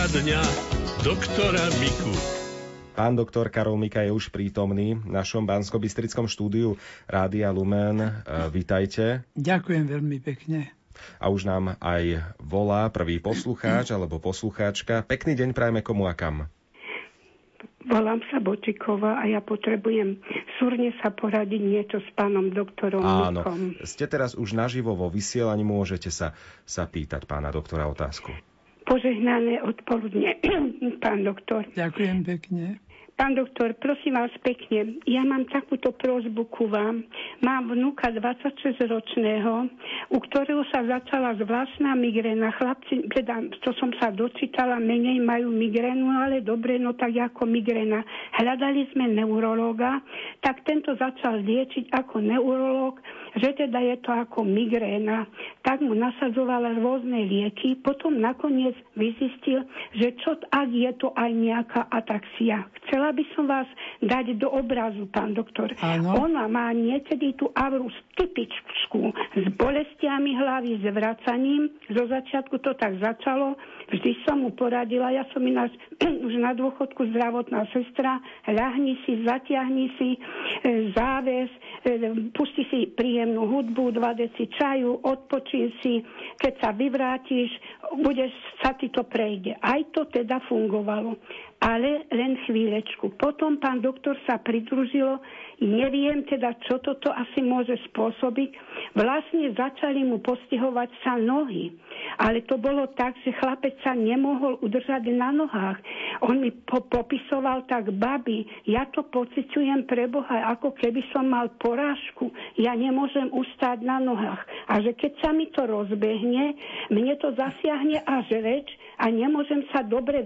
dňa doktora Miku. Pán doktor Karol Mika je už prítomný v našom banskobystrickom štúdiu Rádia Lumen. Vítajte. Ďakujem veľmi pekne. A už nám aj volá prvý poslucháč alebo poslucháčka. Pekný deň prajeme komu a kam. Volám sa Bočiková a ja potrebujem súrne sa poradiť niečo s pánom doktorom Áno, Mikom. ste teraz už naživo vo vysielaní, môžete sa pýtať pána doktora otázku. Požehnané odpoludne, pán doktor. Ďakujem pekne. Pán doktor, prosím vás pekne, ja mám takúto prosbu ku vám. Mám vnúka 26-ročného, u ktorého sa začala zvláštna migréna. Chlapci, to som sa dočítala, menej majú migrénu, ale dobre, no tak ako migréna. Hľadali sme neurológa, tak tento začal liečiť ako neurológ, že teda je to ako migréna. Tak mu nasadzoval rôzne lieky, potom nakoniec vyzistil, že čo ak je to aj nejaká ataxia. Chcela by som vás dať do obrazu, pán doktor. Áno. Ona má niekedy tú auru typickú s bolestiami hlavy, s vracaním. Zo začiatku to tak začalo. Vždy som mu poradila, ja som ináč už na dôchodku zdravotná sestra, ľahni si, zatiahni si záves, pusti si príjemnú hudbu, 2 deci čaju, odpočín si, keď sa vyvrátiš, sa ti to prejde. Aj to teda fungovalo. Ale len chvíľečku. Potom pán doktor sa pridružilo, neviem teda, čo toto asi môže spôsobiť. Vlastne začali mu postihovať sa nohy. Ale to bolo tak, že chlapec sa nemohol udržať na nohách. On mi popisoval tak, babi, ja to pociťujem pre Boha, ako keby som mal porážku. Ja nemôžem ustáť na nohách. A že keď sa mi to rozbehne, mne to zasiahne až reč a nemôžem sa dobre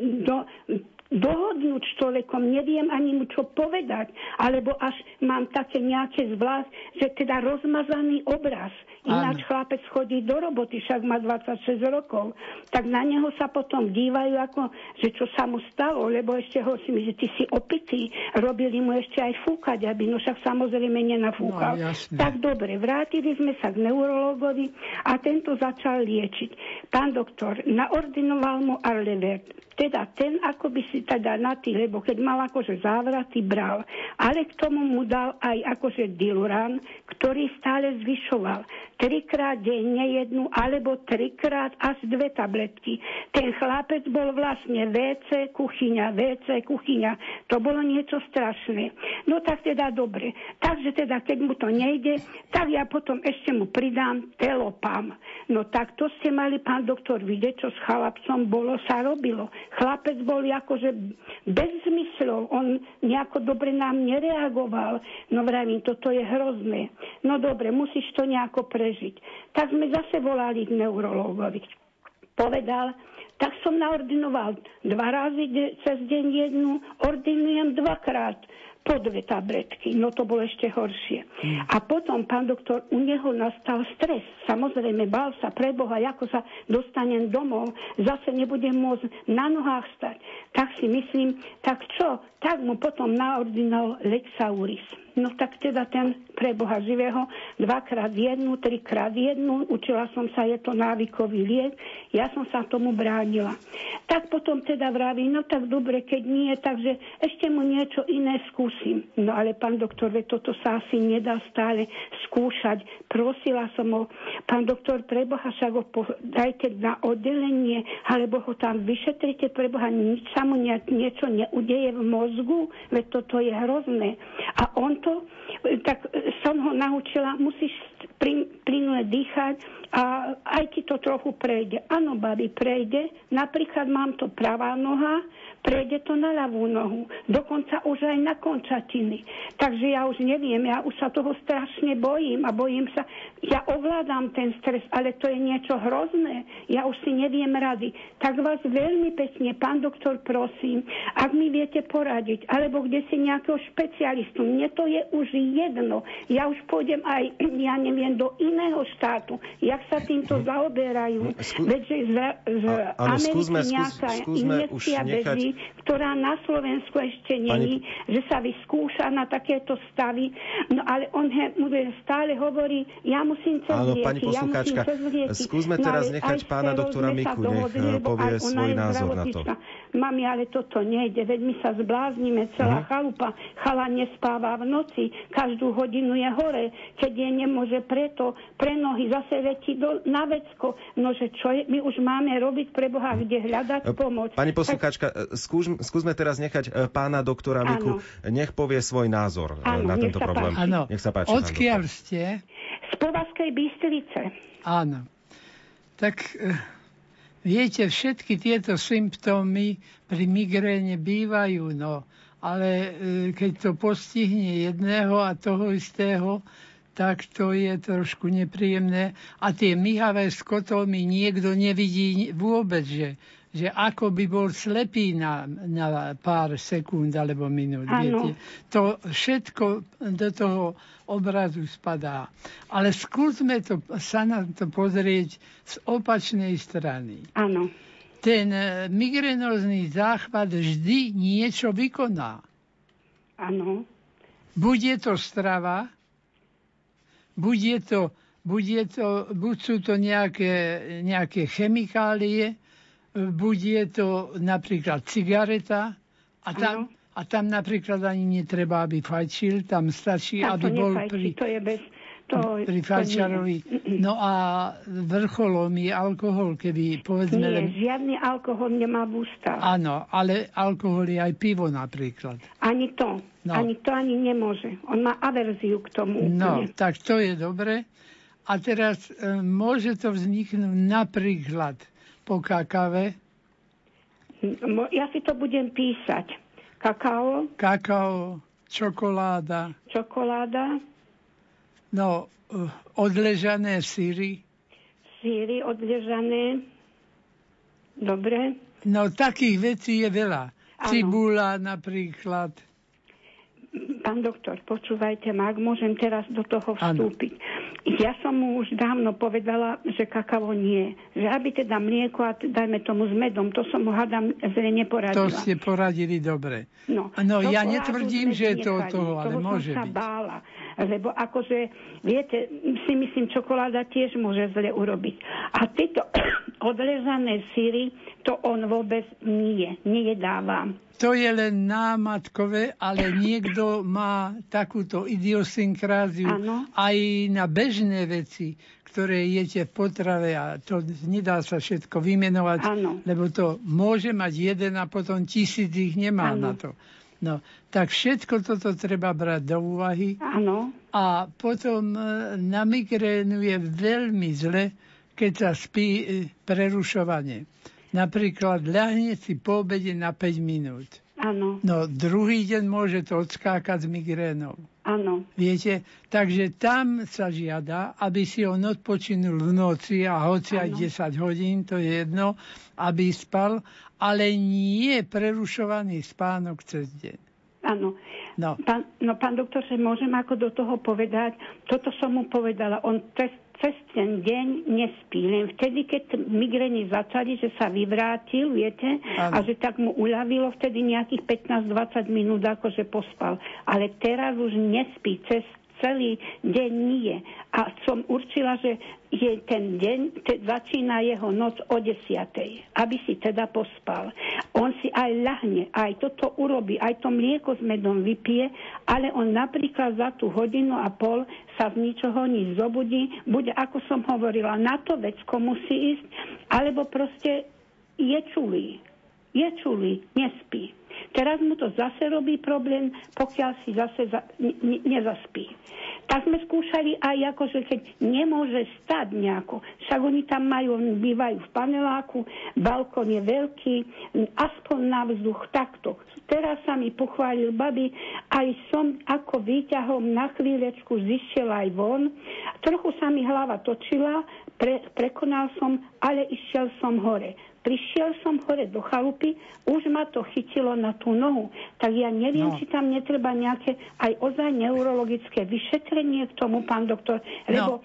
dohodnúť s človekom, neviem ani mu čo povedať, alebo až mám také nejaké zvlášť, že teda rozmazaný obraz. Ináč chlapec chodí do roboty, však má 26 rokov. Tak na neho sa potom dívajú, ako, že čo sa mu stalo, lebo ešte ho si myslí, že ty si opitý. Robili mu ešte aj fúkať, aby no však samozrejme nenafúkal. No, tak dobre, vrátili sme sa k neurologovi a tento začal liečiť. Pán doktor naordinoval mu Arlevert. Teda ten, ako by si teda na tý, lebo keď mal akože závraty, bral. Ale k tomu mu dal aj akože Diluran, ktorý stále zvyšoval. 3-krát denne jednu, alebo 3-krát až 2 tabletky. Ten chlapec bol vlastne WC, kuchyňa. To bolo niečo strašné. No tak teda dobre. Takže teda, keď mu to nejde, tak ja potom ešte mu pridám Telopam. No tak to ste mali, pán doktor, vidieť, čo s chlapcom sa robilo. Chlapec bol akože bez zmyslov, on nejako dobre nám nereagoval. No vravím, toto je hrozné. No dobre, musíš to nejako prežiť. Tak sme zase volali k neurológovi. Povedal, tak som naordinoval 2 razy cez deň jednu, ordinujem 2-krát po 2 tabletky. No to bolo ešte horšie. A potom, pán doktor, u neho nastal stres. Samozrejme, bál sa pre Boha, ako sa dostanem domov, zase nebudem môcť na nohách stať. Tak si myslím, tak čo? Tak mu potom naordinoval Lexauris. No tak teda ten pre Boha živého 2-krát jednu, 3-krát jednu, učila som sa, je to návykový liek, ja som sa tomu bránila. Tak potom teda vraví, no tak dobre, keď nie, takže ešte mu niečo iné skúsim. No ale pán doktor, toto sa asi nedá stále skúšať. Prosila som ho, pán doktor, pre Boha, však ho dajte na oddelenie, alebo ho tam vyšetrite, pre Boha, nič sa mu niečo neudeje v mozgu, veď toto je hrozné. A on to, tak som ho naučila, musíš plynule dýchať a aj ti to trochu prejde. Áno, babi, prejde. Napríklad mám to pravá noha, prejde to na ľavú nohu. Dokonca už aj na končatiny. Takže ja už neviem, ja už sa toho strašne bojím a bojím sa. Ja ovládam ten stres, ale to je niečo hrozné. Ja už si neviem rady. Tak vás veľmi pekne, pán doktor, prosím, ak mi viete poradiť, alebo kde si nejakého špecialistu. Mne to je už jedno. Ja už pôjdem aj, ja neviem, do iného štátu. Jak sa týmto zaoberajú. Veďže z Ameriky nejaká injekcia beží, ktorá na Slovensku ešte není, že sa vyskúša na takéto stavy. No ale on stále hovorí, ja musím cez lieky. Pani poslucháčka, skúsme teraz nechať pána doktora Miku, nech povie svoj názor na to. Mami, ale toto nejde, veď my sa zbláznime, celá chalupa. Chalan nespáva v noci, každú hodinu je hore, keď je nemôže preto, pre nohy zase letí na vecko. Nože čo je, my už máme robiť pre Boha, kde hľadať pomoc. Pani poslucháčka, skúsme teraz nechať pána doktora Miku, nech povie svoj názor na tento problém. Áno. Nech sa páči. Odkiaľ ste? Z Považskej Bystrice. Áno. Tak viete, všetky tieto symptómy pri migréne bývajú, no. Ale keď to postihne jedného a toho istého, tak to je trošku nepríjemné. A tie myhavé skotomy niekto nevidí vôbec, že ako by bol slepý na pár sekúnd alebo minút. Viete. To všetko do toho obrazu spadá. Ale skúsme sa na to pozrieť z opačnej strany. Áno. Ten migrénózny záchvat vždy niečo vykoná. Áno. Buď strava, buď sú to nejaké chemikálie, buď je to napríklad cigareta a tam napríklad ani netreba, aby fajčil, tam stačí, aby bol pri fajčarovi. No a vrcholom je alkohol, keby povedzme... Nie, žiadny alkohol nemá v ústach. Áno, ale alkohol je aj pivo napríklad. Ani to. No. Ani to nemôže. On má averziu k tomu. No, tak to je dobre. A teraz môže to vzniknúť napríklad po kakave. Ja si to budem písať. Kakao, čokoláda. No, odležané syry. Syry odležané. Dobre. No, takých vecí je veľa. Áno. Cibula napríklad. Pán doktor, počúvajte ma, ak môžem teraz do toho vstúpiť. Áno. Ja som mu už dávno povedala, že kakao nie. Že aby teda mlieko a dajme tomu s medom, to som mu hádam zle neporadila. To ste poradili dobre. No ja netvrdím, že je to od toho, ale môže byť. Bála. Lebo akože, viete, si myslím, čokoláda tiež môže zle urobiť. A tieto odležané syry, to on vôbec nejedáva. To je len námatkové, ale niekto má takúto idiosynkráziu aj na bežné veci, ktoré jete v potrave a to nedá sa všetko vymenovať, lebo to môže mať jeden a potom 1000 ich nemá na to. No, tak všetko toto treba brať do úvahy. Áno. A potom na migrénu je veľmi zle, keď sa spí prerušovanie. Napríklad ľahne si po obede na 5 minút. Áno. No druhý deň môže to odskákať s migrénou. Áno. Viete, takže tam sa žiada, aby si on odpočinul v noci a hoci aj 10 hodín, to je jedno, aby spal, ale nie prerušovaný spánok cez deň. Áno. No. Pán doktor, že môžem ako do toho povedať, toto som mu povedala, on cez ten deň nespí, len vtedy, keď migrény začali, že sa vyvrátil, viete, a že tak mu uľavilo, vtedy nejakých 15-20 minút akože pospal. Ale teraz už nespí, cez celý deň nie. A som určila, že je ten deň, začína jeho noc o 10:00, aby si teda pospal. On si aj ľahne, aj toto urobí, aj to mlieko s medom vypije, ale on napríklad za tú 1,5 hodinu sa z ničoho nič zobudí, bude, ako som hovorila, na to vecko musí ísť, alebo proste je čulý, nespí. Teraz mu to zase robí problém, pokiaľ si zase nezaspí. Tak sme skúšali aj akože keď nemôže stať nejako. Však oni tam bývajú v paneláku, balkón je veľký, aspoň na vzduch takto. Teraz sa mi pochválil babi, aj som ako výťahom na chvíľečku zišiel aj von. Trochu sa mi hlava točila, prekonal som, ale išiel som hore. prišiel som hore do chalupy, už ma to chytilo na tú nohu. Tak ja neviem, či tam netreba nejaké aj ozaj neurologické vyšetrenie k tomu, pán doktor. Lebo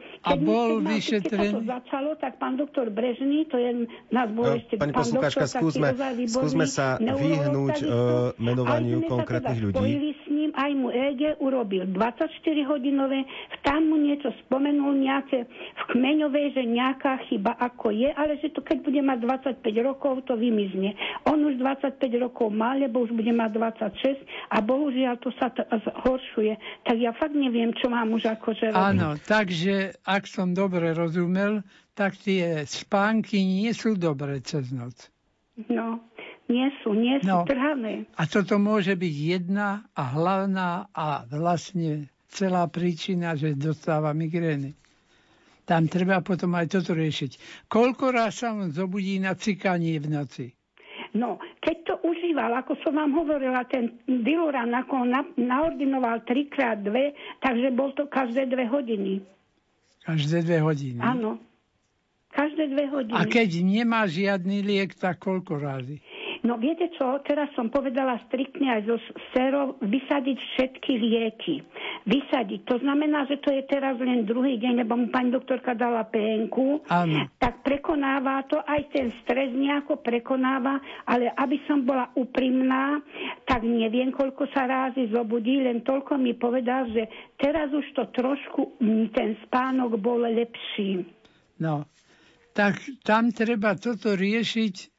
keď sa to začalo, tak pán doktor Brežný, to je nás bol ešte pani pán doktor, skúsme sa vyhnúť menovaniu konkrétnych ľudí. Spojili s ním, aj mu EG urobil 24-hodinové, tam mu niečo spomenul nejaké v Kmeňovej, že nejaká chyba ako je, ale že to keď bude mať 25 rokov, to vymizne. On už 25 rokov má, lebo už bude mať 26 a bohužiaľ to sa zhoršuje. Tak ja fakt neviem, čo mám už akože robiť. Áno, takže ak som dobre rozumel, tak tie spánky nie sú dobré cez noc. No, nie sú trhané. A toto môže byť jedna a hlavná a vlastne celá príčina, že dostáva migrény. Tam treba potom aj toto riešiť. Koľko raz sa on zobudí na cikanie v noci? No, keď to užíval, ako som vám hovorila, ten Diluran, ako on naordinoval 3x2, takže bol to každé 2 hodiny. Každé 2 hodiny? Áno. Každé 2 hodiny. A keď nemá žiadny liek, tak koľko razy? No viete čo, teraz som povedala striktne aj zo sérov vysadiť všetky lieky. Vysadiť. To znamená, že to je teraz len druhý deň, lebo mu pani doktorka dala PN-ku. Áno. Tak prekonáva to, aj ten stres nejako prekonáva, ale aby som bola úprimná, tak neviem, koľko sa rázy zobudí, len toľko mi povedal, že teraz už to trošku, ten spánok bol lepší. No, tak tam treba toto riešiť,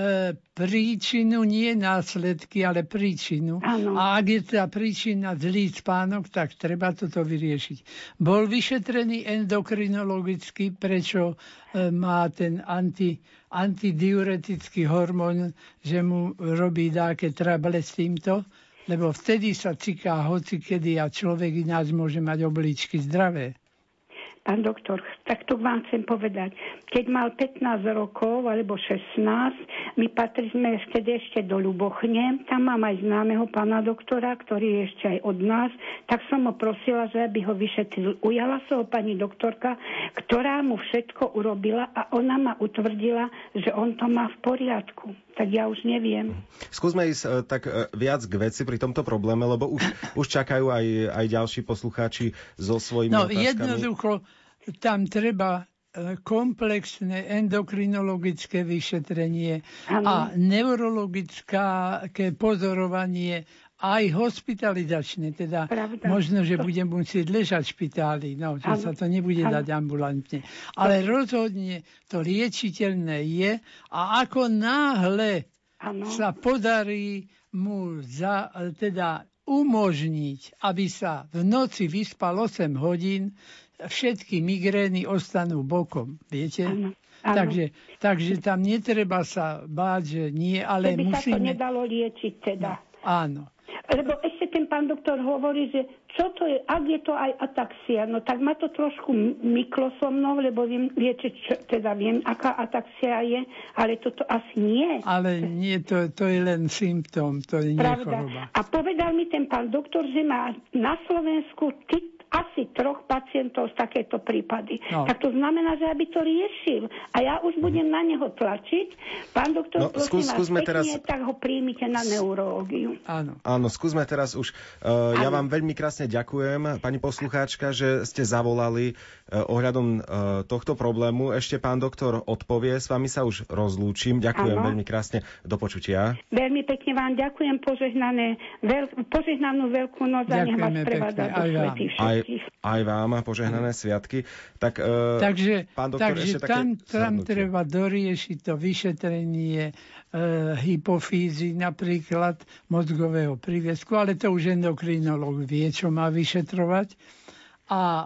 príčinu, nie následky, ale príčinu. Ano. A ak je tá príčina zlý spánok, tak treba toto vyriešiť. Bol vyšetrený endokrinologicky, prečo má ten antidiuretický hormón, že mu robí dáke trable s týmto, lebo vtedy sa ciká hocikedy a človek ináč môže mať obličky zdravé. Pán doktor, tak to vám chcem povedať. Keď mal 15 rokov, alebo 16, my patríme vtedy ešte do Ľubochne, tam mám aj známeho pána doktora, ktorý je ešte aj od nás, tak som ho prosila, že aby ho vyšetril. Ujala sa ho pani doktorka, ktorá mu všetko urobila a ona ma utvrdila, že on to má v poriadku. Tak ja už neviem. Skúsme ísť tak viac k veci pri tomto probléme, lebo už čakajú aj ďalší poslucháči so svojimi otázkami. No jednoducho, tam treba komplexné endokrinologické vyšetrenie a neurologické pozorovanie, aj hospitalizačné, teda možno, že budem musieť ležať v špitáli, no, že sa to nebude dať ambulantne. Ale rozhodne to liečiteľné je a ako náhle sa podarí mu teda umožniť, aby sa v noci vyspal 8 hodín, všetky migrény ostanú bokom, viete? Áno. Takže tam netreba sa báť, že nie, ale musíme... Keby sa to nedalo liečiť teda. Áno. Lebo ešte ten pán doktor hovorí, že čo to je, ak je to aj ataxia, no tak ma to trošku myklo so mnou, lebo viem liečiť, teda viem, aká ataxia je, ale toto asi nie. Ale nie, to je len symptóm, to je nie choroba. A povedal mi ten pán doktor, že má na Slovensku asi 3 pacientov z takéto prípady. No. Tak to znamená, že aby to riešil. A ja už budem na neho tlačiť. Pán doktor, prosím vás, pekne, tak ho príjmite na neurológiu. Áno, skúsme teraz už. Ja vám veľmi krásne ďakujem, pani poslucháčka, že ste zavolali ohľadom tohto problému. Ešte pán doktor odpovie. S vami sa už rozlúčim. Ďakujem veľmi krásne. Do počutia. Veľmi pekne vám ďakujem. Požehnanú veľkú noc a nech vás prevádza do svätý všetkých. Aj vám a požehnané sviatky. Takže pán doktor, ešte tam treba doriešiť to vyšetrenie hypofízy, napríklad mozgového prívesku, ale to už endokrinológ vie, čo má vyšetrovať. A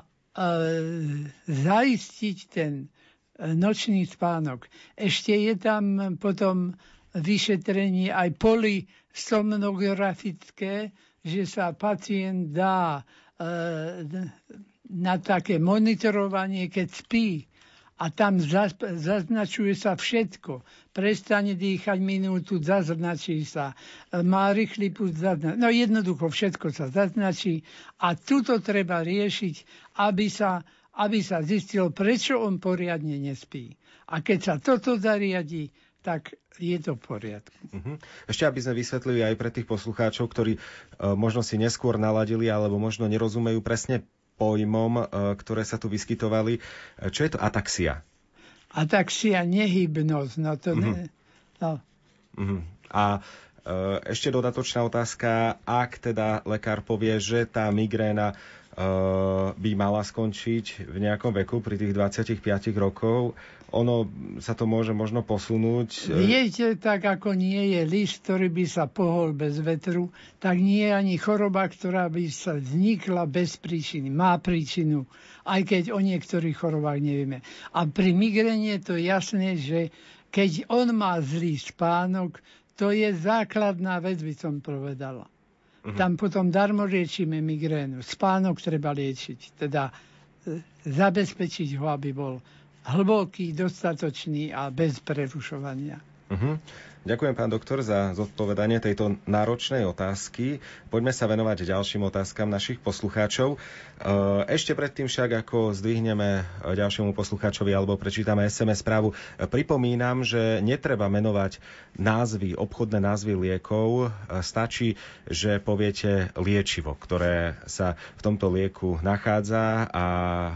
zaistiť ten nočný spánok. Ešte je tam potom vyšetrenie aj polysomnografické, že sa pacient dá na také monitorovanie, keď spí a tam zaznačuje sa všetko. Prestane dýchať minútu, zaznačí sa. Má rýchly puls, zaznačí. No jednoducho všetko sa zaznačí a tuto treba riešiť, aby sa zistilo, prečo on poriadne nespí. A keď sa toto zariadí, tak je to v poriadku. Ešte aby sme vysvetlili aj pre tých poslucháčov, ktorí možno si neskôr naladili alebo možno nerozumejú presne pojmom, ktoré sa tu vyskytovali. Čo je to ataxia? Ataxia, nehybnosť. No to A ešte dodatočná otázka, ak teda lekár povie, že tá migréna by mala skončiť v nejakom veku pri tých 25 rokov, ono sa to môže možno posunúť. Viete, tak ako nie je list, ktorý by sa pohol bez vetru, tak nie je ani choroba, ktorá by sa vznikla bez príčiny. Má príčinu, aj keď o niektorých chorobách nevieme. A pri migréne je to jasné, že keď on má zlý spánok, to je základná vec, by som povedala. Tam potom darmo liečíme migrénu. Spánok treba liečiť, teda zabezpečiť ho, aby bol hlboký, dostatočný a bez prerušovania. Ďakujem, pán doktor, za zodpovedanie tejto náročnej otázky. Poďme sa venovať ďalším otázkam našich poslucháčov. Ešte predtým však, ako zdvihneme ďalšiemu poslucháčovi alebo prečítame SMS správu, pripomínam, že netreba menovať názvy, obchodné názvy liekov. Stačí, že poviete liečivo, ktoré sa v tomto lieku nachádza a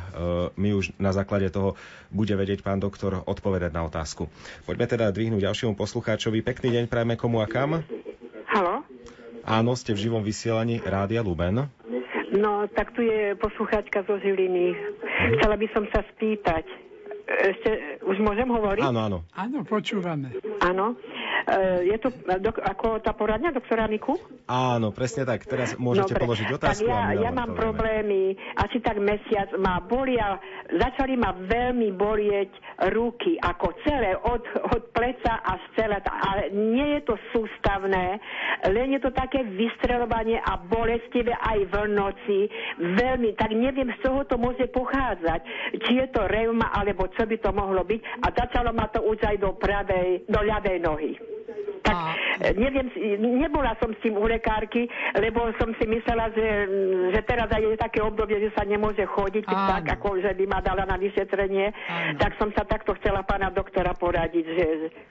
my už na základe toho bude vedieť pán doktor odpovedať na otázku. Poďme teda dvihnúť ďalšiemu poslucháčovi. Pekný deň prajeme komu a kam? Haló? Áno, ste v živom vysielaní Rádia Lumen. No, tak tu je poslucháčka zo Žiliny. Chcela by som sa spýtať. Ešte, už môžem hovoriť? Áno, áno. Áno, počúvame. Áno. Je to ako tá poradňa doktora Miku? Áno, presne tak. Teraz môžete položiť otázku. Tak ja mám problémy. Asi tak mesiac ma bolia. Začali ma veľmi bolieť ruky, ako celé, od pleca až celé. Ale nie je to sústavné, len je to také vystreľovanie a bolestivé aj v noci. Veľmi, tak neviem, z čoho to môže pochádzať. Či je to reuma, alebo čo by to mohlo byť. A začalo ma to už aj do ľavej nohy. Tak neviem, nebola som s tým u lekárky, lebo som si myslela, že teraz aj je také obdobie, že sa nemôže chodiť, tak ako že by ma dala na vyšetrenie. Tak som sa takto chcela pána doktora poradiť. Že...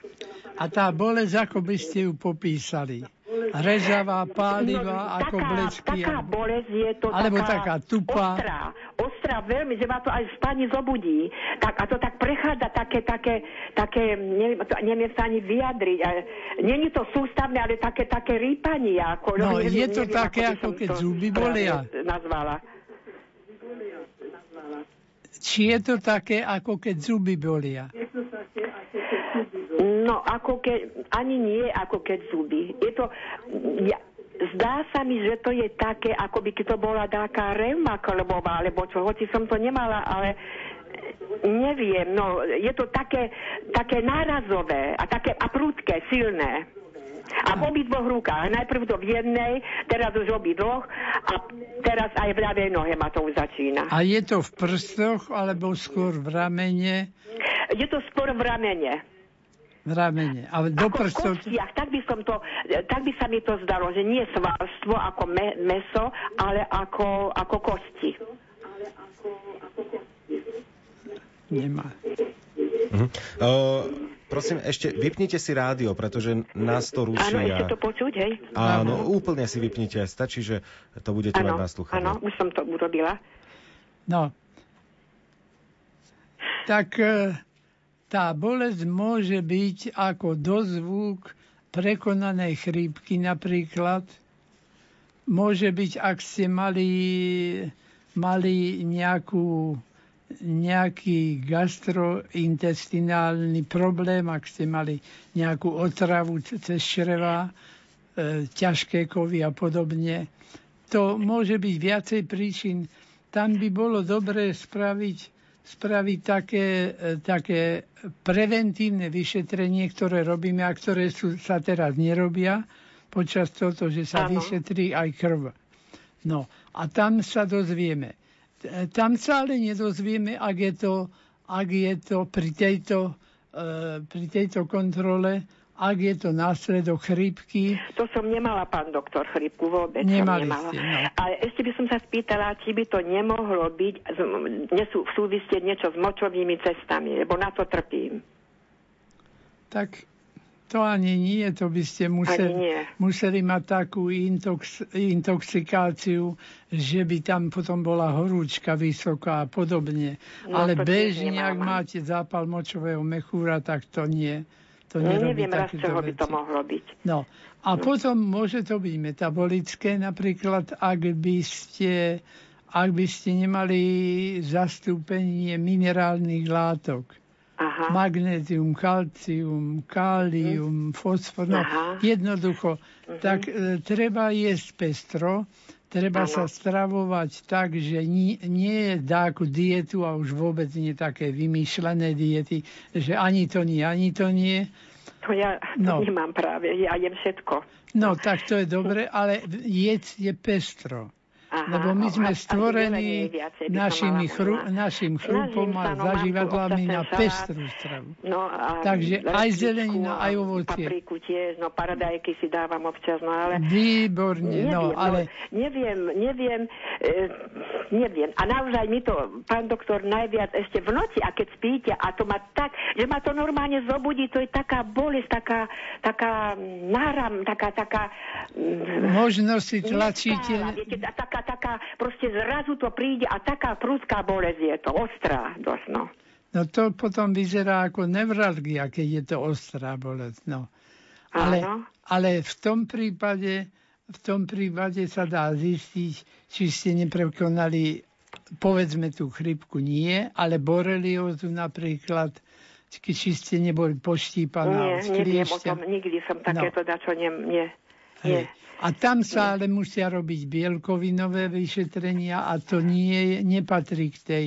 A tá bolesť, ako by ste ju popísali? Rezavá, pálivá, ako bledsky? Taká bolesť je to, alebo taká tupá. Ostrá veľmi, že ma to aj v spani zobudí. Tak, a to tak prechádza také neviem sa ani vyjadriť. Není to sústavné, ale také rýpanie. No, je to také, ako keď zuby bolia. Nazvala. Či je to také, ako keď zuby bolia? No, ani nie ako keď zuby. Je to... Zdá sa mi, že to je také, ako by to bola taká reuma klbová, alebo čo, hoci som to nemala, ale neviem, no, je to také nárazové a prudké, silné. A v obidvoch rukách. Najprv to v jednej, teraz už v obidvoch a teraz aj v ľavej nohe ma to už začína. A je to v prstoch, alebo skôr v ramene? Je to skôr v ramene. V ramene. A do prstov... kostiach, tak by sa mi to zdalo, že nie svalstvo ako mäso, ale ako kosti. Nemá. Prosím, ešte vypnite si rádio, pretože nás to ruší. Áno, ešte to počuť, hej? Áno, úplne si vypnite. Stačí, že to budete mať na sluchadle. Áno, už som to urobila. No. Tak... Tá bolesť môže byť ako dozvuk prekonanej chrípky napríklad. Môže byť, ak ste mali nejaký gastrointestinálny problém, ak ste mali nejakú otravu cez čreva, ťažké kovy a podobne. To môže byť viacej príčin. Tam by bolo dobré spraviť také preventívne vyšetrenie, ktoré robíme a ktoré sa teraz nerobia počas toho, že sa vyšetrí aj krv. No a tam sa dozvieme. Tam sa ale nedozvieme, ak je to pri tejto kontrole, ak je to následok chrípky. To som nemala, pán doktor, chrípku vôbec. Nemali som nemala. Ste, no. Ale ešte by som sa spýtala, či by to nemohlo byť súvisieť niečo s močovými cestami, lebo na to trpím. Tak To ani nie, to by ste museli mať takú intoxikáciu, že by tam potom bola horúčka vysoká a podobne. No, ale bežne, ak máte zápal močového mechúra, tak to nie. To nerobí neviem raz, čoho by to mohlo byť. No. A potom môže to byť metabolické, napríklad, ak by ste nemali zastúpenie minerálnych látok. Aha. Magnézium, kalcium, kálium, fosfor, no jednoducho. Tak treba jesť pestro, treba sa stravovať tak, že nie je dáku dietu a už vôbec nie také vymýšľané diety, že ani to nie. To ja nemám práve, ja jem všetko. No tak to je dobre, ale jedz je pestro. Lebo my sme stvorení našim chrupom a zažívadlami na pestrú stravu. No, takže aj zelenina, aj ovocie. Papriku tiež, no paradajky si dávam občas, no ale... Výborne, ale... Neviem. A naozaj mi to, pán doktor, najviac ešte v noci, a keď spíte, a to ma tak, že ma to normálne zobudí, to je taká bolesť, taká náram, taká... Možno si tlačíte... Taká, proste zrazu to príde a taká prudká bolesť je to, ostrá dosť, no. No to potom vyzerá ako nevralgia, keď je to ostrá bolesť, no. Ale v tom prípade sa dá zistiť, či ste neprekonali, povedzme tú chrypku nie, ale boreliózu napríklad, či ste neboli poštípaná od kliešťa. Neviem o tom, nikdy som takéto dačo nie. A tam sa ale musia robiť bielkovinové vyšetrenia a to nepatrí k tej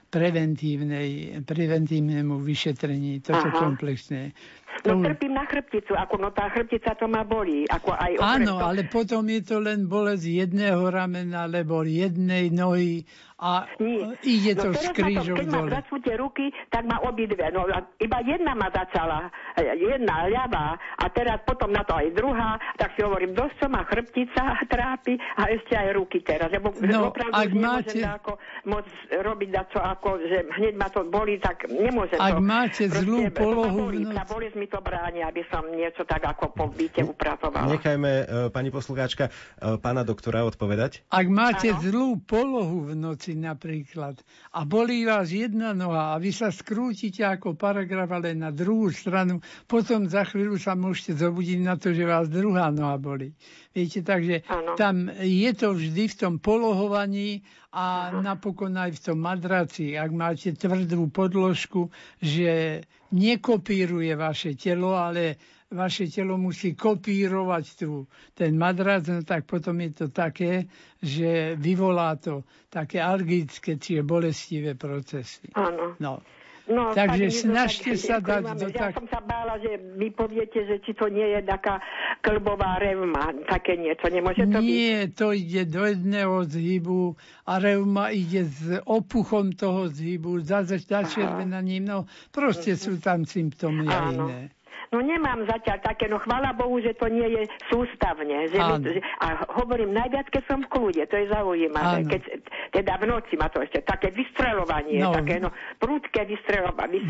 preventívnemu vyšetrení, toto komplexné. No trpím na chrbticu, tá chrbtica to ma bolí. Áno, ale potom je to len bolesť jedného ramena, alebo jednej nohy a ide to z krížov dole. Keď ma začnú tie ruky, tak ma obidve. No, iba jedna ma začala, jedna ľavá a teraz potom na to aj druhá, tak si hovorím, dosť ma chrbtica trápi a ešte aj ruky teraz. Lebo opravdu nemôžem moc robiť dačo, že hneď ma to bolí, tak nemôžem to. Ak máte zlú polohu tá bolesť mi to bráni, aby som niečo tak ako po byte upratovala. Nechajme, pani poslucháčka, pána doktora odpovedať. Ak máte zlú polohu v noci napríklad a bolí vás jedna noha a vy sa skrútite ako paragraf, ale na druhú stranu, potom za chvíľu sa môžete zobudiť na to, že vás druhá noha bolí. Viete, takže tam je to vždy v tom polohovaní a napokon aj v tom madraci. Ak máte tvrdú podložku, že nekopíruje vaše telo, ale vaše telo musí kopírovať ten madrac, no tak potom je to také, že vyvolá to také alergické, čiže bolestivé procesy. Áno. No, takže snažte sa dať do Ja som sa bála, že vy poviete, že či to nie je taká klbová reuma, také niečo. Nemôže to byť? Nie, to ide do jedného zhybu a reuma ide s opuchom toho zhybu, začervenaním, no proste sú tam symptómy a iné. No nemám zatiaľ také, no chvála Bohu, že to nie je sústavne. A hovorím, najviac, keď som v kľude, to je zaujímavé. Keď, teda v noci ma to ešte, také vystreľovanie, také prudké vystreľovanie.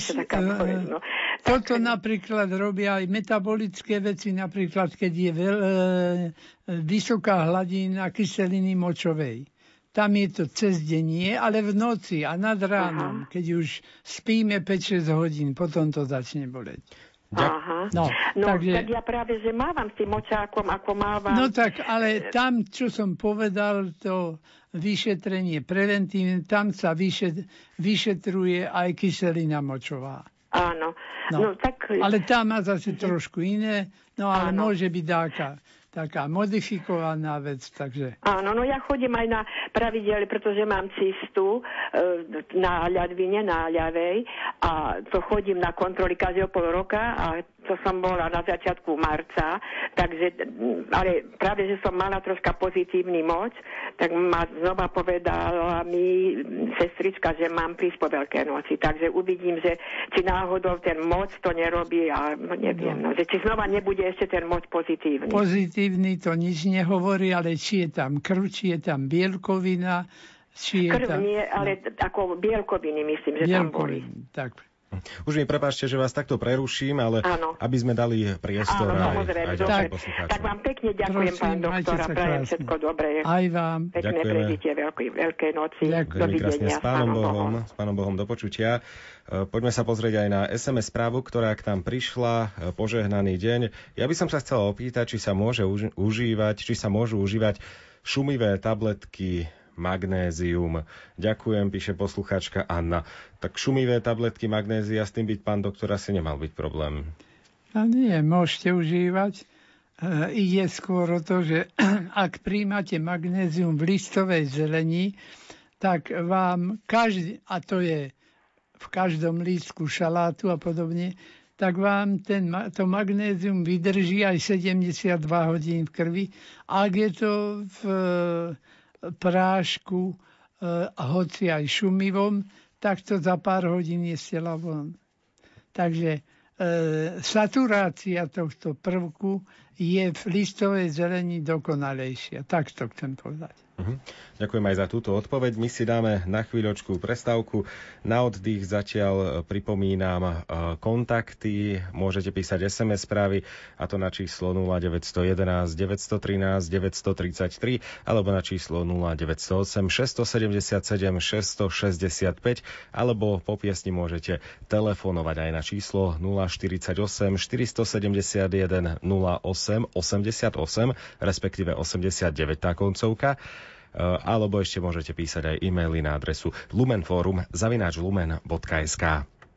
Toto napríklad robia aj metabolické veci, napríklad keď je vysoká hladina kyseliny močovej. Tam je to cez deň nie, ale v noci a nad ránom, keď už spíme 5-6 hodín, potom to začne boleť. Takže... tak ja práve, že mávam s tým močákom, ako mávam. No tak, ale tam, čo som povedal, to vyšetrenie preventívne, tam sa vyšetruje aj kyselina močová. Áno. Tak... Ale tam má zase trošku iné, ale môže byť taká modifikovaná vec, takže... Áno, ja chodím aj na pravidelne, pretože mám cystu na ľadvine, na ľavej a to chodím na kontroly každého pol roka a to som bola na začiatku marca, takže, ale práve, že som mala troška pozitívny moč, tak ma znova povedala mi sestrička, že mám prísť po Veľkej noci, takže uvidím, že či náhodou ten moč to nerobí a neviem, že či znova nebude ešte ten moč pozitívny. Pozitívny to nič nehovorí, ale či je tam krv, či je tam bielkovina, či je krv nie, ale ako bielkoviny myslím, že tam boli. Tak. Už mi prepáčte, že vás takto preruším, ale áno. aby sme dali priestor aj ďalším poslucháčom. Tak vám pekne ďakujem, pán doktor, a prajem všetko dobré. Aj vám. Pekné prežitie Veľkej noci. Veľmi krásne, s Pánom Bohom, do počutia. Poďme sa pozrieť aj na SMS správu, ktorá k nám prišla. Požehnaný deň. Ja by som sa chcel opýtať, či sa môžu užívať šumivé tabletky magnézium. Ďakujem, píše poslucháčka Anna. Tak šumivé tabletky magnézia, s tým byť, pán doktor, asi nemal byť problém. No nie, môžete užívať. Ide skôr o to, že ak príjmate magnézium v listovej zelení, tak vám každý, a to je v každom lístku šalátu a podobne, tak vám to magnézium vydrží aj 72 hodín v krvi. Ak je to v prášku, hoci aj šumivom, tak to za pár hodín je z tela von. Takže saturácia tohto prvku je v listovej zelení dokonalejšia. Tak to chcem povedať. Ďakujem aj za túto odpoveď. My si dáme na chvíľočku prestávku. Na oddych zatiaľ pripomínam kontakty. Môžete písať SMS správy, a to na číslo 0911 913 933 alebo na číslo 0908 677 665 alebo po piesni môžete telefonovať aj na číslo 048 471 08 88, respektíve 89 tá koncovka. Alebo ešte môžete písať aj e-maily na adresu lumenforum@lumen.sk.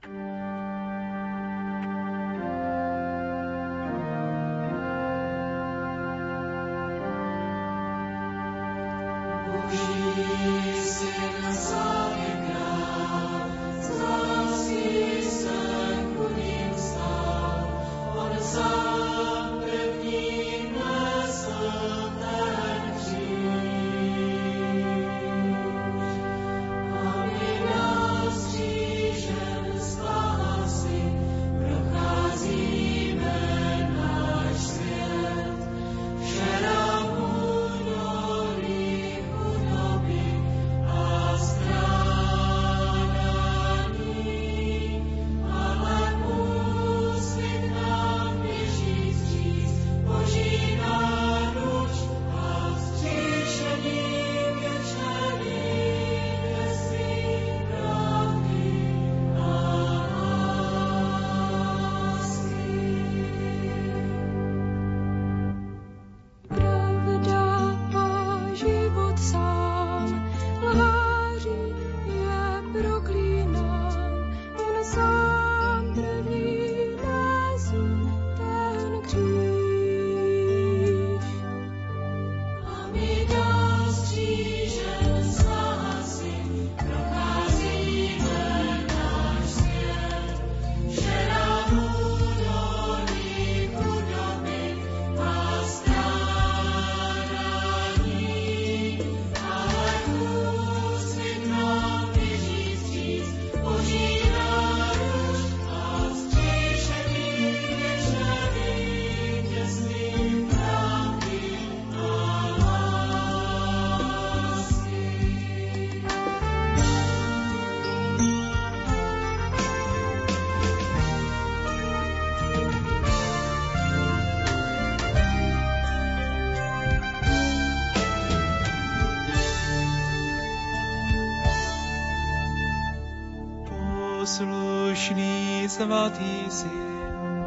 Poslušný svatý syn,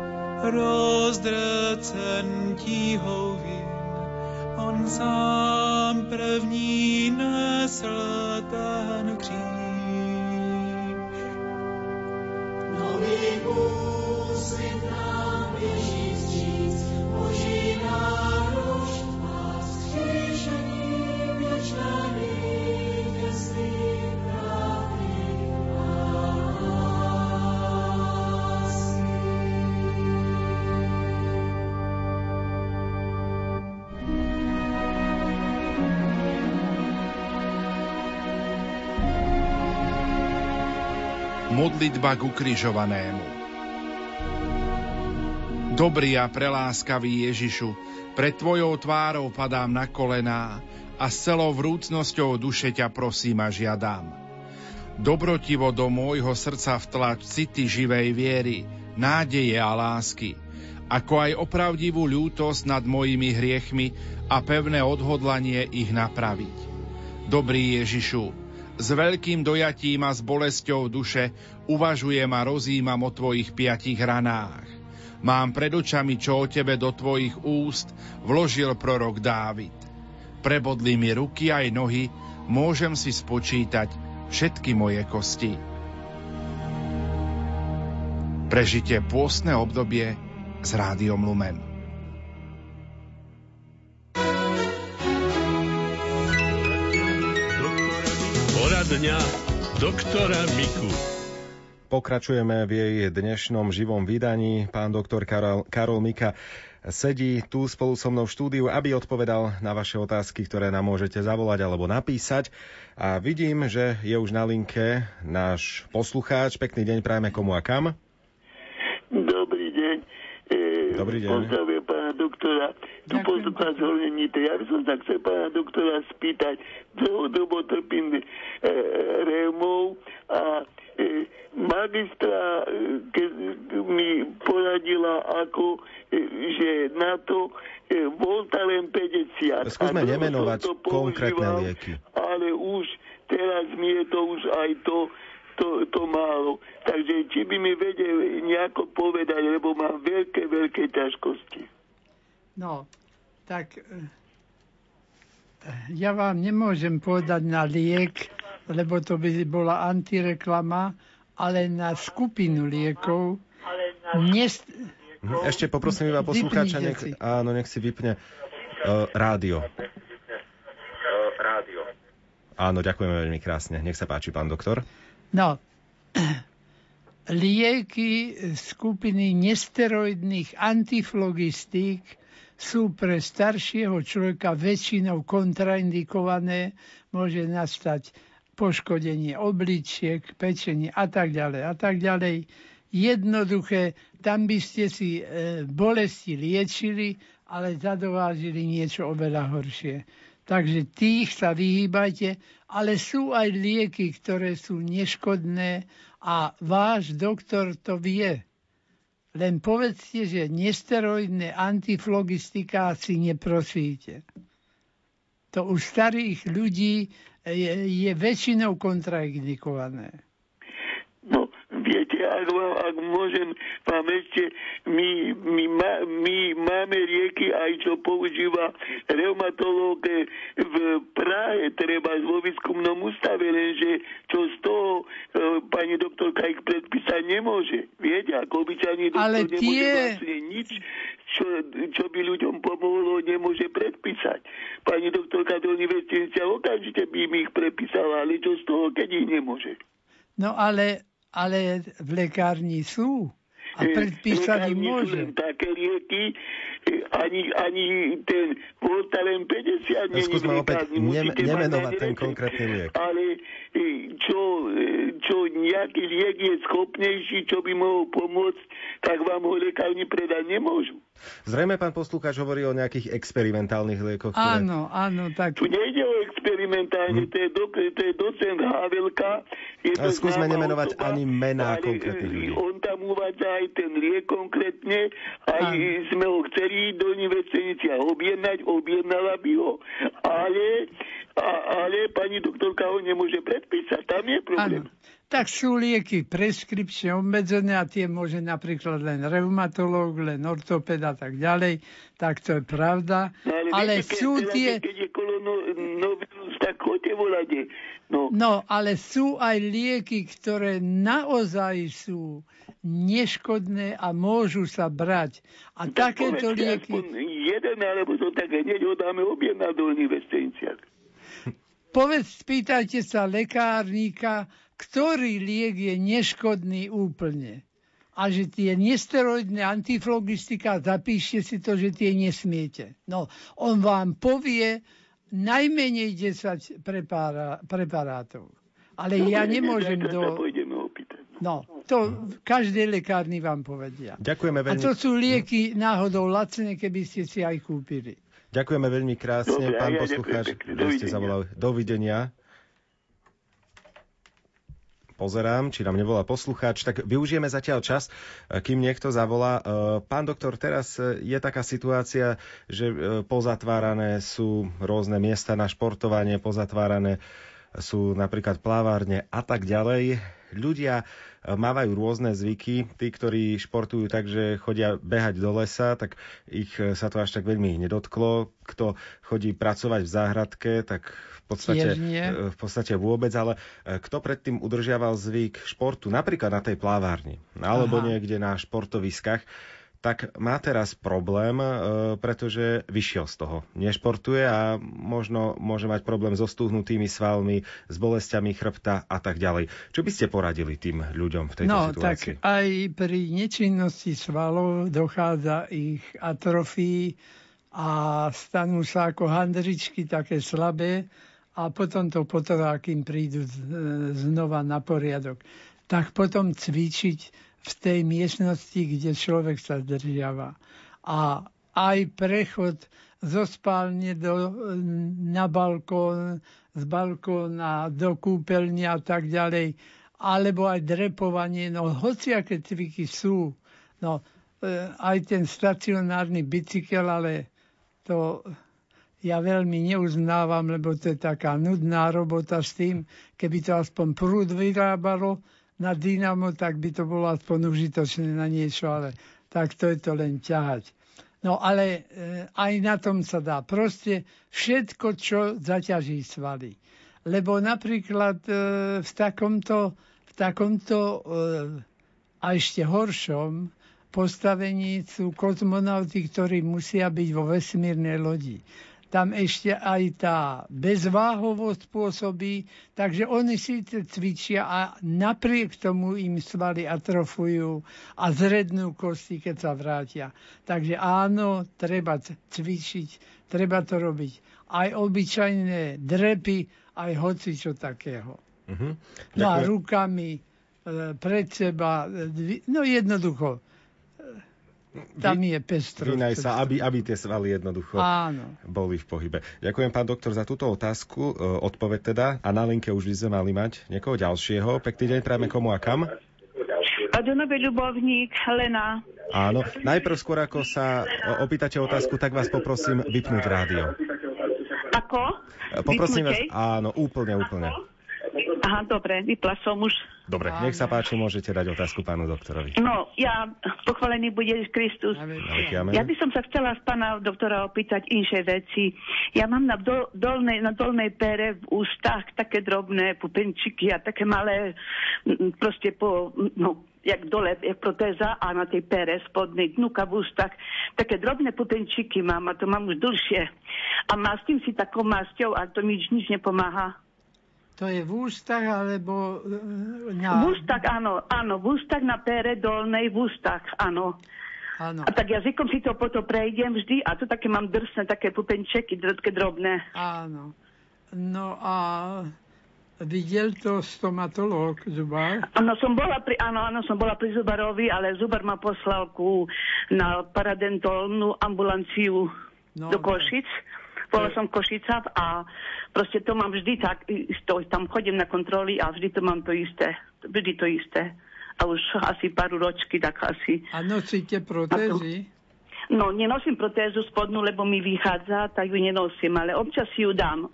rozdrcen tíhovým, on sám první nesl ten kříž. Nový úsvit nám běží vstříc, Boží náruč a vzkříšení věčné vítězství pravdy a lásky. Modlitba k ukrižovanému. Dobrý a preláskavý Ježišu, pred tvojou tvárou padám na kolená a s celou vrúcnosťou duše ťa prosím a žiadam. Dobrotivo do môjho srdca vtlač city živej viery, nádeje a lásky, ako aj opravdivú ľútosť nad mojimi hriechmi a pevné odhodlanie ich napraviť. Dobrý Ježišu, s veľkým dojatím a s bolesťou duše uvažujem a rozímam o tvojich 5 ranách. Mám pred očami, čo o tebe do tvojich úst vložil prorok Dávid. Prebodli mi ruky aj nohy, môžem si spočítať všetky moje kosti. Prežite pôstne obdobie s Rádiom Lumen. Poradňa doktora Miku. Pokračujeme v jej dnešnom živom vydaní. Pán doktor Karol Mika sedí tu spolu so mnou v štúdiu, aby odpovedal na vaše otázky, ktoré nám môžete zavolať alebo napísať. A vidím, že je už na linke náš poslucháč. Pekný deň prajeme komu a kam. Dobrý deň. Dobrý deň. Pozdravujem pána doktora. Tu poslucháč Hornenice. Ja by som sa chcel pána doktora spýtať. Dlhodobo trpím reumou a magistra mi poradila ako, že na to Voltaren 50. Skúsme nemenovať konkrétne lieky. Ale už teraz mi je to už aj to málo. Takže či by mi vedel nejako povedať, lebo mám veľké ťažkosti. No, tak ja vám nemôžem povedať na liek, lebo to by bola antireklama, ale na skupinu liekov. Ešte poprosím iba poslucháča, nech si vypne rádio. Áno, ďakujeme veľmi krásne. Nech sa páči, pán doktor. No, lieky skupiny nesteroidných antiflogistík sú pre staršieho človeka väčšinou kontraindikované. Môže nastať poškodenie obličiek, pečenie a tak ďalej. Jednoduché, tam by ste si bolesti liečili, ale zadovážili niečo oveľa horšie. Takže tých sa vyhýbajte, ale sú aj lieky, ktoré sú neškodné a váš doktor to vie. Len povedzte, že nesteroidné antiflogistika si neprosíte. To u starých ľudí je väčšinou kontraindikované. No, viete, ak môžem vám ešte, my máme lieky aj čo používa reumatológ v Prahe, treba vo výskumnom ústave, lenže čo z toho pani doktorka ich predpísať nemôže. Viete, ako obyčajný doktor nemôže vlastne nič, čo by ľuďom pomohlo, nemôže predpísať. Pani doktorka do univerzity okamžite by mi ich prepísala, ale čo z toho, keď ich nemôže? No ale v lekárni sú a predpísať im môže. Také lieky, ani ten Voltaren 50 nie je v lekárni. Nemenovať ten konkrétny liek. Ale čo nejaký liek je schopnejší, čo by mohol pomôcť, tak vám ho lekárni predať nemôžu. Zrejme pán poslucháč hovorí o nejakých experimentálnych liekoch. Áno, tak. Tu nejde o experimentálne, to je docent Havelka. Skúsme nemenovať ani mená konkrétnych ľudí. On tam uvádza aj ten liek konkrétne, aj sme ho chceli do univerzity objednala by ho. Ale pani doktorka ho nemôže predpísať, tam je problém. Áno. Tak sú lieky preskripčne obmedzené a tie môže napríklad len reumatológ, len ortoped a tak ďalej. Tak to je pravda. No, ale viete, sú tie... Keď je koronavirus, tak chodte volať. No, ale sú aj lieky, ktoré naozaj sú neškodné a môžu sa brať. A tak takéto lieky... Jeden, alebo to tak hneď ho dáme objednať do univerzity. Spýtajte sa lekárnika, ktorý liek je neškodný úplne. A že tie nesteroidné antiflogistika, zapíšte si to, že tie nesmiete. No, on vám povie najmenej 10 preparátov. Ale ja nemôžem No, to každej lekárni vám povedia. Ďakujeme veľmi. A to sú lieky náhodou lacné, keby ste si aj kúpili. Ďakujeme veľmi krásne, pán poslucháč, že ste zavolali. Dovidenia. pozerám, či nám nevolá poslucháč, tak využijeme zatiaľ čas, kým niekto zavolá. Pán doktor, teraz je taká situácia, že pozatvárané sú rôzne miesta na športovanie, pozatvárané sú napríklad plávárne a tak ďalej. Ľudia mávajú rôzne zvyky. Tí, ktorí športujú tak, že chodia behať do lesa, tak ich sa to až tak veľmi nedotklo. Kto chodí pracovať v záhradke, tak v podstate vôbec. Ale kto predtým udržiaval zvyk športu, napríklad na tej plávárni, alebo niekde na športoviskách, tak má teraz problém, pretože vyšiel z toho. Nešportuje a možno môže mať problém so stúhnutými svalmi, s bolestiami chrbta a tak ďalej. Čo by ste poradili tým ľuďom v tejto situácii? Tak aj pri nečinnosti svalov dochádza ich atrofii a stanú sa ako handričky také slabé a potom to potrvá, kým prídu znova na poriadok. Tak potom cvičiť v tej miestnosti, kde človek sa zdržiava. A aj prechod zo spálne na balkón, z balkóna do kúpeľne a tak ďalej, alebo aj drepovanie, hociaké cviky sú. Aj ten stacionárny bicykel, ale to ja veľmi neuznávam, lebo to je taká nudná robota s tým, keby to aspoň prúd vyrábalo na dynamo, tak by to bolo aspoň užitočné na niečo, ale tak to je to len ťahať. Ale aj na tom sa dá. Proste všetko, čo zaťaží svaly. Lebo napríklad v takomto a ešte horšom postavení sú kozmonauti, ktorí musia byť vo vesmírnej lodi. Tam ešte aj tá bezváhovosť pôsobí, takže oni síce cvičia a napriek tomu im svaly atrofujú a zrednú kosti, keď sa vrátia. Takže áno, treba cvičiť, treba to robiť. Aj obyčajné drepy, aj hocičo takého. A rukami pred seba, jednoducho. Tam je pestrosť. Vynaj sa, aby tie svaly jednoducho boli v pohybe. Ďakujem, pán doktor, za túto otázku, odpoveď teda. A na linke už by sme mali mať niekoho ďalšieho. Pekný deň, prajme komu a kam? Radonový ľubovník, Lena. Áno, najprv skôr ako sa opýtate otázku, tak vás poprosím vypnúť rádio. Ako? Poprosím Vypnúť? vás, áno, úplne. Aha, dobre, vypla som už. Dobre, nech sa páči, môžete dať otázku pánu doktorovi. Pochválený bude Kristus. Ja by som sa chcela z pána doktora opýtať inšie veci. Ja mám na dolnej pére v ústach také drobné pupenčiky a také malé, proste jak dole, jak protéza a na tej pére spodnej dnuka v ústach. Také drobné pupenčiky mám a to mám už dlhšie. A mastím si takou masťou a to mi nič nepomáha. To je v ústach, alebo... V ústach, áno, v ústach na pére dolnej, v ústach, áno. A tak jazykom si to potom prejdem vždy a to také mám drsné, také pupenčeky, také drobné. Áno. No a videl to stomatológ, zubár? Áno, som bola pri zubarovi, ale zubar ma poslal na paradentálnu ambulanciu do Košic. Bola som v Košicách a proste to mám vždy tak, tam chodím na kontroly a vždy to mám to isté. Vždy to isté. A už asi pár ročky, tak asi. A nosíte protézy? Nenosím protézu spodnú, lebo mi vychádza, tak ju nenosím, ale občas si ju dám.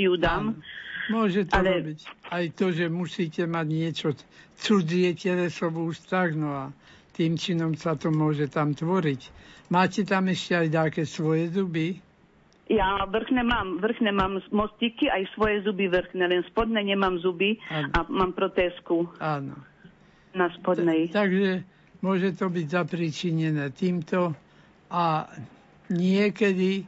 Môže to robiť. Aj to, že musíte mať niečo cudzie teleso v ústach, a tým činom sa to môže tam tvoriť. Máte tam ešte aj také svoje zuby? Ja vrchné mám mostíky, aj svoje zuby vrchné, len spodné nemám zuby a mám protézku. Áno. Na spodnej. Takže môže to byť zapríčinené týmto a niekedy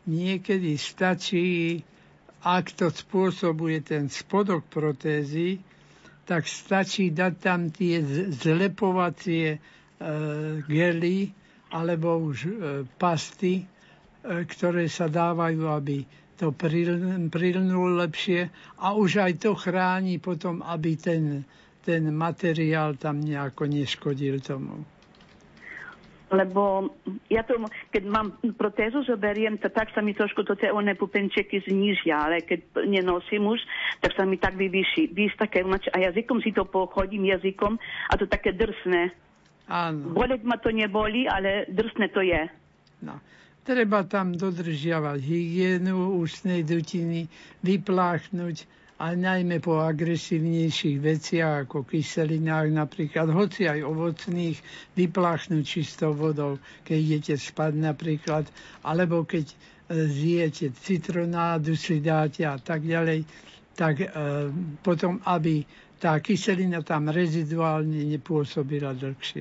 stačí, ak to spôsobuje ten spodok protézy, tak stačí dať tam tie zlepovacie gely alebo už pasty, ktoré sa dávajú, aby to prilnul lepšie a už aj to chráni potom, aby ten materiál tam nejako neškodil tomu. Lebo ja to, keď mám protézu, zoberiem, tak sa mi trošku to tie oné pupenčeky znížia, ale keď nenosím už, tak sa mi tak vyvýši. Také, a jazykom si to pochodím jazykom a to také drsné. Áno. Boleť ma to neboli, ale drsné to je. No. Treba tam dodržiavať hygienu ústnej dutiny, vypláchnuť, a najmä po agresívnejších veciach, ako kyselinách napríklad, hoci aj ovocných, vypláchnuť čistou vodou, keď idete spať napríklad, alebo keď zjete citronádu, si dáte a tak ďalej, tak potom, aby tá kyselina tam reziduálne nepôsobila dlhšie.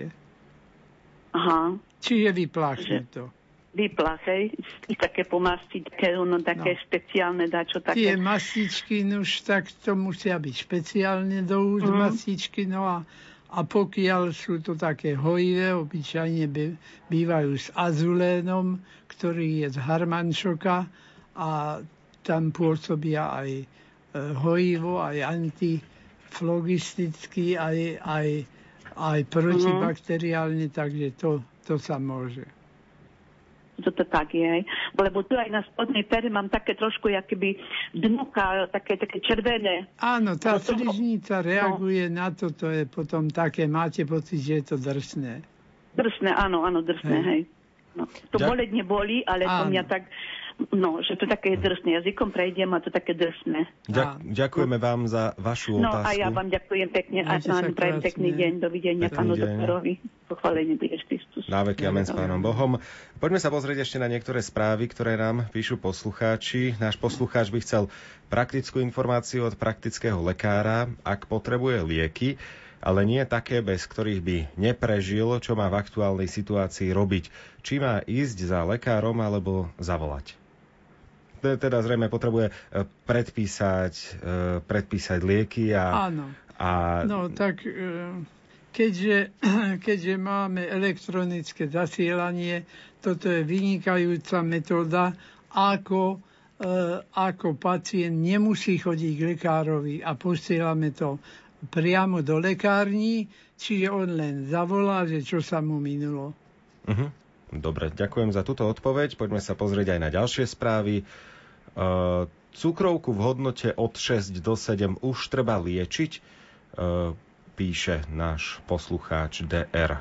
Aha. Čiže vypláchnuť to. Vyplachej, také pomastiť, také špeciálne dačo také. Tie mastičky, už tak to musia byť špeciálne do úst mastičky, no a pokiaľ sú to také hojivé, obyčajne bývajú s azulénom, ktorý je z harmanšoka a tam pôsobia aj hojivo, aj antiflogisticky, aj protibakteriálne, takže to sa môže. Toto tak je. Lebo tu aj na spodnej pere mám také trošku, jakoby dnuka, také červené. Áno, tá sliznica reaguje na to, to je potom také, máte pocit, že je to drsné. Drsné, áno, drsné, hej. No. To boleť nebolí, ale to mňa tak, že to také drsné. Jazykom prejdem a to také drsné. Ďakujeme vám za vašu otázku. No a ja vám ďakujem pekne a vám prajem pekný deň. Dovidenia pánu doktorovi. Pochválený bude Kristus. Na veky amen s Pánom Bohom. Poďme sa pozrieť ešte na niektoré správy, ktoré nám píšu poslucháči. Náš poslucháč by chcel praktickú informáciu od praktického lekára, ak potrebuje lieky, ale nie také, bez ktorých by neprežil, čo má v aktuálnej situácii robiť. Či má ísť za lekárom, alebo zavolať. Teda zrejme potrebuje predpísať lieky a... Áno. No tak... Keďže máme elektronické zasielanie, toto je vynikajúca metóda, ako pacient nemusí chodiť k lekárovi a posielame to priamo do lekární, čiže on len zavolá, že čo sa mu minulo. Dobre, ďakujem za túto odpoveď. Poďme sa pozrieť aj na ďalšie správy. Cukrovku v hodnote od 6 do 7 už treba liečiť, píše náš poslucháč DR.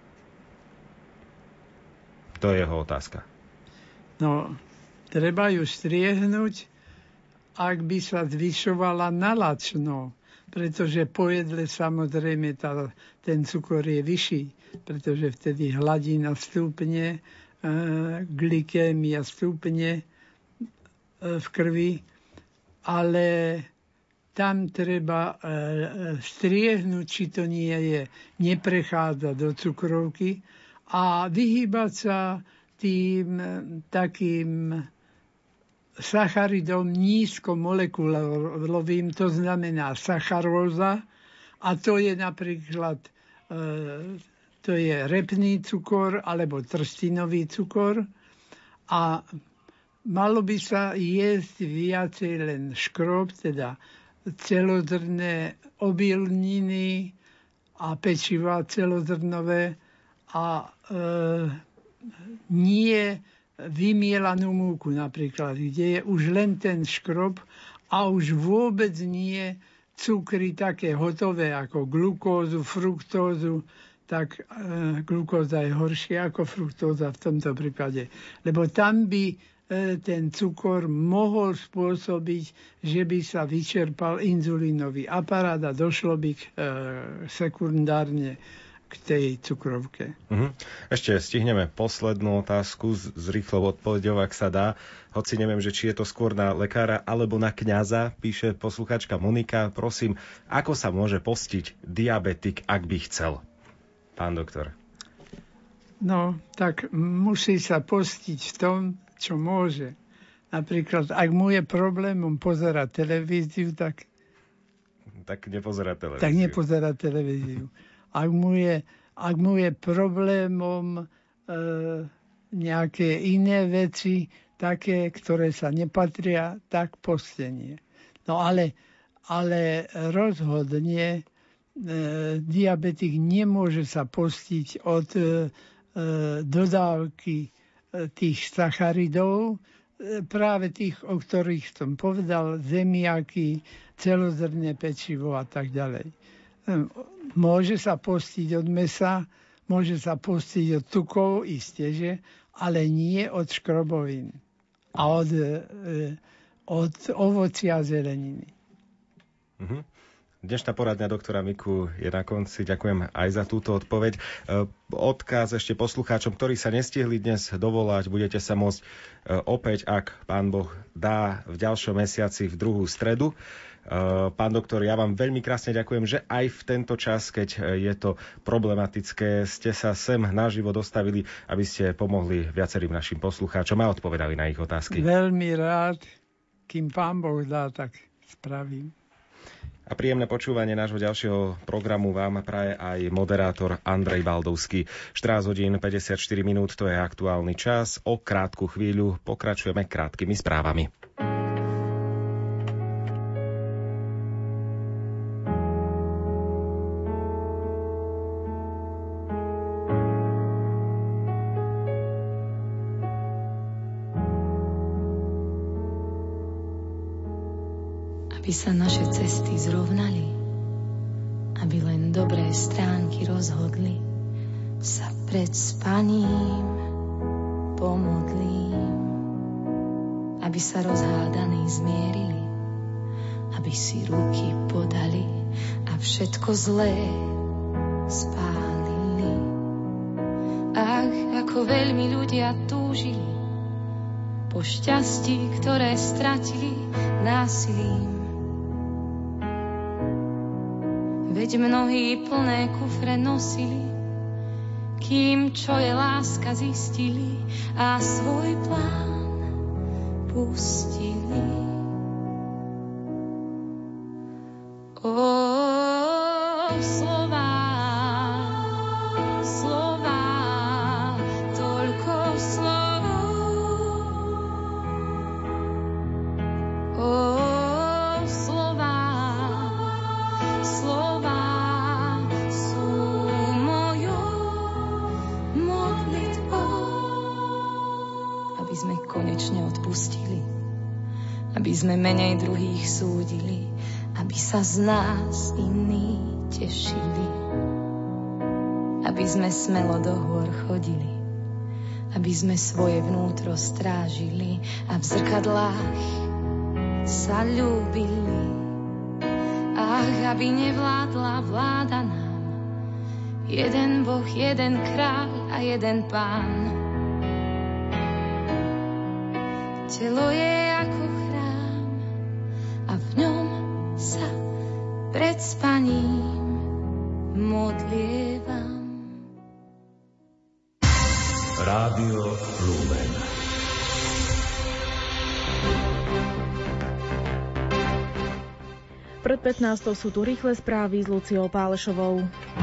To je jeho otázka. No, treba ju striehnúť, ak by sa zvyšovala nalačno, pretože po jedle samozrejme ten cukor je vyšší, pretože vtedy hladina stúpne, glykémia stúpne v krvi, ale tam treba striehnúť, či to neprechádza do cukrovky a vyhýbať sa tým takým sacharidom nízkomolekulovým, to znamená sacharóza, a to je napríklad to je repný cukor alebo trstinový cukor a malo by sa jesť viacej len škrob, teda celozrné obilniny a pečiva celozrnové a nie vymielanú múku napríklad, kde je už len ten škrob a už vôbec nie cukry také hotové ako glukózu, fruktózu, tak glukóza je horšia ako fruktóza v tomto prípade. Lebo tam by ten cukor mohol spôsobiť, že by sa vyčerpal inzulínový aparát a došlo by sekundárne k tej cukrovke. Ešte stihneme poslednú otázku s rýchlou odpoveďou, ak sa dá. Hoci neviem, že či je to skôr na lekára alebo na kňaza, píše poslucháčka Monika. Prosím, ako sa môže postiť diabetik, ak by chcel? Pán doktor. No, tak musí sa postiť v tom, čo môže. Napríklad, ak mu je problémom pozerať televíziu, tak nepozerá televíziu. Tak nepozerá televíziu. Ak mu je problémom nejaké iné veci, také, ktoré sa nepatria, tak postenie. No ale rozhodne diabetik nemôže sa postiť od dodávky tých sacharidov, práve tých, o ktorých som povedal, zemiaky, celozrnné pečivo a tak ďalej. Môže sa postiť od mäsa, môže sa postiť od tukov, isté, že, ale nie od škrobovín a od ovocia a zeleniny. Mhm. Dnešná poradňa doktora Miku je na konci. Ďakujem aj za túto odpoveď. Odkaz ešte poslucháčom, ktorí sa nestihli dnes dovolať, budete sa môcť opäť, ak Pán Boh dá, v ďalšom mesiaci v druhú stredu. Pán doktor, ja vám veľmi krásne ďakujem, že aj v tento čas, keď je to problematické, ste sa sem naživo dostavili, aby ste pomohli viacerým našim poslucháčom a odpovedali na ich otázky. Veľmi rád, kým Pán Boh dá, tak spravím. A príjemné počúvanie nášho ďalšieho programu vám praje aj moderátor Andrej Baldovský. 14:54 minút, to je aktuálny čas. O krátku chvíľu pokračujeme krátkými správami. Aby sa naše cesty zrovnali, aby len dobré stránky rozhodli, sa pred spaním pomodlím. Aby sa rozhádaní zmierili, aby si ruky podali a všetko zlé spálili. Ach, ako veľmi ľudia túžili po šťastí, ktoré stratili násilím. Veď mnohí plné kufre nosili, kým čo je láska zistili a svoj plán pustili. Slová, slová, toľko slov. Konečne odpustili, aby sme menej druhých súdili, aby sa z nás iní tešili, aby sme smelo do hôr chodili, aby sme svoje vnútro strážili a v zrkadlách sa ľúbili. Ach, aby nevládla vláda nám, jeden Boh, jeden kráľ a jeden Pán. Telo je ako chrám a v ňom sa pred spaním modlievam. Rádio Lumen. Pred 15. sú tu rýchle správy s Luciou Pálešovou.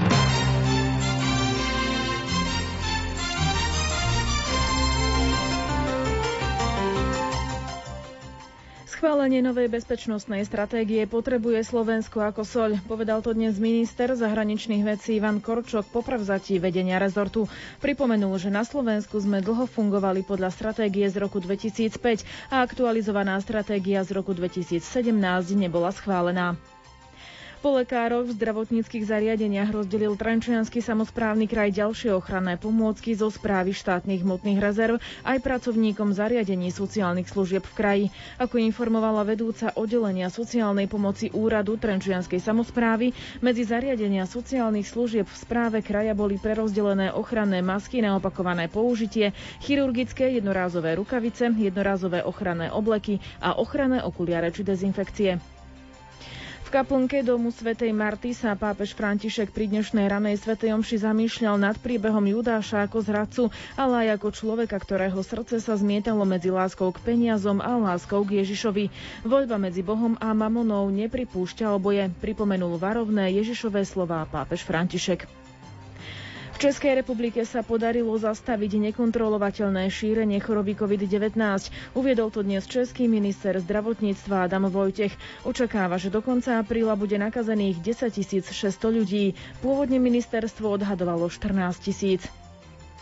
Schválenie novej bezpečnostnej stratégie potrebuje Slovensko ako soľ. Povedal to dnes minister zahraničných vecí Ivan Korčok po prevzatí vedenia rezortu. Pripomenul, že na Slovensku sme dlho fungovali podľa stratégie z roku 2005 a aktualizovaná stratégia z roku 2017 nebola schválená. Po lekároch v zdravotníckych zariadeniach rozdelil Trenčiansky samosprávny kraj ďalšie ochranné pomôcky zo správy štátnych hmotných rezerv aj pracovníkom zariadení sociálnych služieb v kraji. Ako informovala vedúca oddelenia sociálnej pomoci úradu Trenčianskej samosprávy, medzi zariadenia sociálnych služieb v správe kraja boli prerozdelené ochranné masky na opakované použitie, chirurgické jednorázové rukavice, jednorázové ochranné obleky a ochranné okuliare či dezinfekcie. V kaplnke domu svätej Marty sa pápež František pri dnešnej ranej svätej omši zamýšľal nad príbehom Judáša ako zradcu, ale aj ako človeka, ktorého srdce sa zmietalo medzi láskou k peniazom a láskou k Ježišovi. Voľba medzi Bohom a mamonou nepripúšťa oboje, pripomenul varovné Ježišové slová pápež František. V Českej republike sa podarilo zastaviť nekontrolovateľné šírenie choroby COVID-19. Uviedol to dnes český minister zdravotníctva Adam Vojtech. Očakáva, že do konca apríla bude nakazených 10 600 ľudí. Pôvodne ministerstvo odhadovalo 14 000.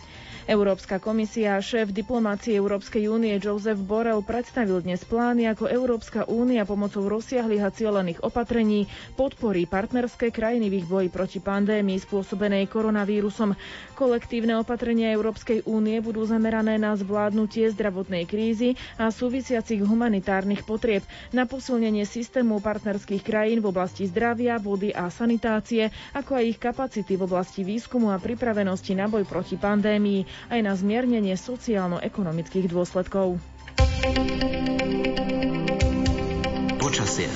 Európska komisia a šéf diplomácie Európskej únie Joseph Borrell predstavil dnes plány, ako Európska únia pomocou rozsiahlych a cielených opatrení podporí partnerské krajiny v ich boji proti pandémii spôsobenej koronavírusom. Kolektívne opatrenia Európskej únie budú zamerané na zvládnutie zdravotnej krízy a súvisiacich humanitárnych potrieb, na posilnenie systému partnerských krajín v oblasti zdravia, vody a sanitácie, ako aj ich kapacity v oblasti výskumu a pripravenosti na boj proti pandémii, aj na zmiernenie sociálno-ekonomických dôsledkov. Počasie.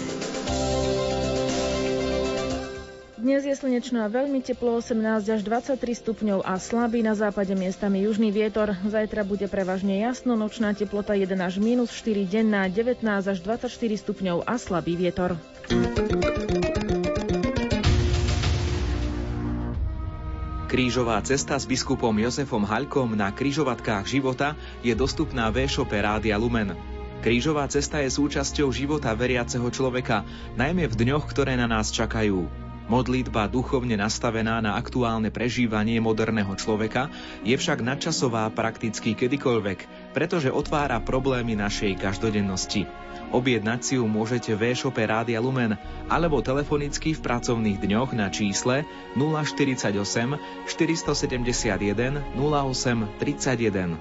Dnes je slnečno a veľmi teplo, 18 až 23 stupňov a slabý na západe miestami južný vietor. Zajtra bude prevažne jasno, nočná teplota 1 až -4, denná 19 až 24 stupňov a slabý vietor. Krížová cesta s biskupom Jozefom Haľkom na križovatkách života je dostupná v e-shope Rádia Lumen. Krížová cesta je súčasťou života veriaceho človeka, najmä v dňoch, ktoré na nás čakajú. Modlitba duchovne nastavená na aktuálne prežívanie moderného človeka je však nadčasová prakticky kedykoľvek, pretože otvára problémy našej každodennosti. Objednať si ju môžete v e-shope Rádia Lumen alebo telefonicky v pracovných dňoch na čísle 048 471 08 31.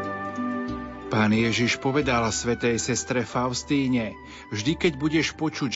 Pán Ježiš povedal svätej sestre Faustíne: vždy, keď budeš počuť